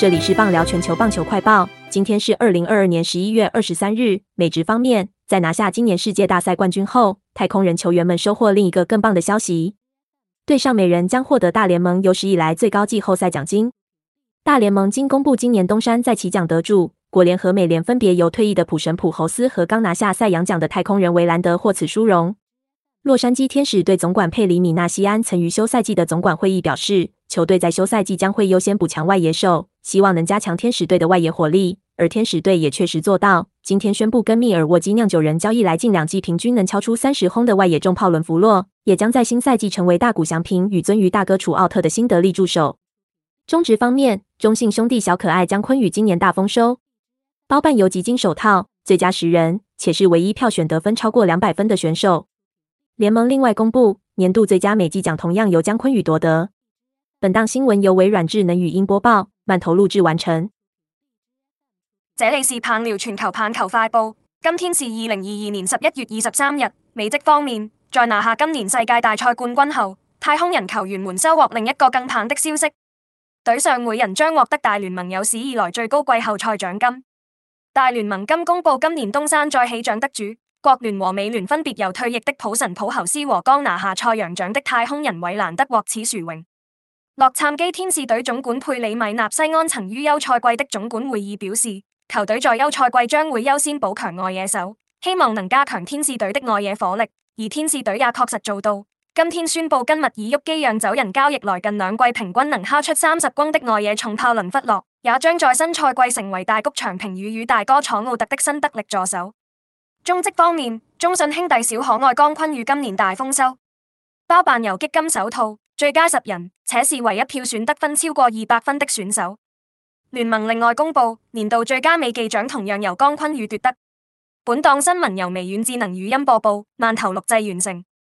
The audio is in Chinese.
这里是棒聊全球棒球快报，今天是2022年11月23日。美职方面，在拿下今年世界大赛冠军后，太空人球员们收获另一个更棒的消息。对上美人将获得大联盟有史以来最高季后赛奖金。大联盟今公布今年东山再起奖得主，国联和美联分别由退役的普神普侯斯和刚拿下赛扬奖的太空人维兰德获此殊荣。洛杉矶天使队总管佩里米纳西安曾于休赛季的总管会议表示，球队在休赛季将会优先补强外野手，希望能加强天使队的外野火力，而天使队也确实做到。今天宣布跟密尔沃基酿酒人交易来近2季平均能敲出30轰的外野重炮伦弗洛，也将在新赛季成为大谷翔平与尊于大哥楚奥特的新得力助手。中职方面，中信兄弟小可爱姜昆宇今年大丰收，包办游击金手套、最佳10人，且是唯一票选得分超过200分的选手。联盟另外公布，年度最佳美技奖同样由姜昆宇夺得。本档新聞由微軟智能語音播報，慢投錄製完成。 這裡是棒聊全球棒球快報，今天是2022年11月23日。美職方面，在拿下今年世界大賽冠軍後，太空人球員們收穫另一個更棒的消息，隊上每人將獲得大聯盟有史以來最高季後賽獎金。大聯盟今公布今年東山再起獎得主，國聯和美聯分別由退役的普神普侯斯和剛拿下賽揚獎的太空人韋蘭德獲此殊榮。洛杉磯天使隊總管佩里米納西安曾於休賽季的總管會議表示，球隊在休賽季將會優先補強外野手，希望能加強天使隊的外野火力，而天使隊也確實做到。今天宣布跟密爾沃基釀酒人交易來近2季平均能敲出30轟的外野重炮倫弗洛，也將在新賽季成為大谷翔平與大哥楚奧特的新得力助手。中職方面，中信兄弟小可愛江坤宇今年大豐收，包辦游擊金手套、最佳10人，且是唯一票選得分超過200分的選手。聯盟另外公布，年度最佳美技獎同樣由江坤宇奪得。本檔新聞由微軟智能語音播報，慢投錄製完成。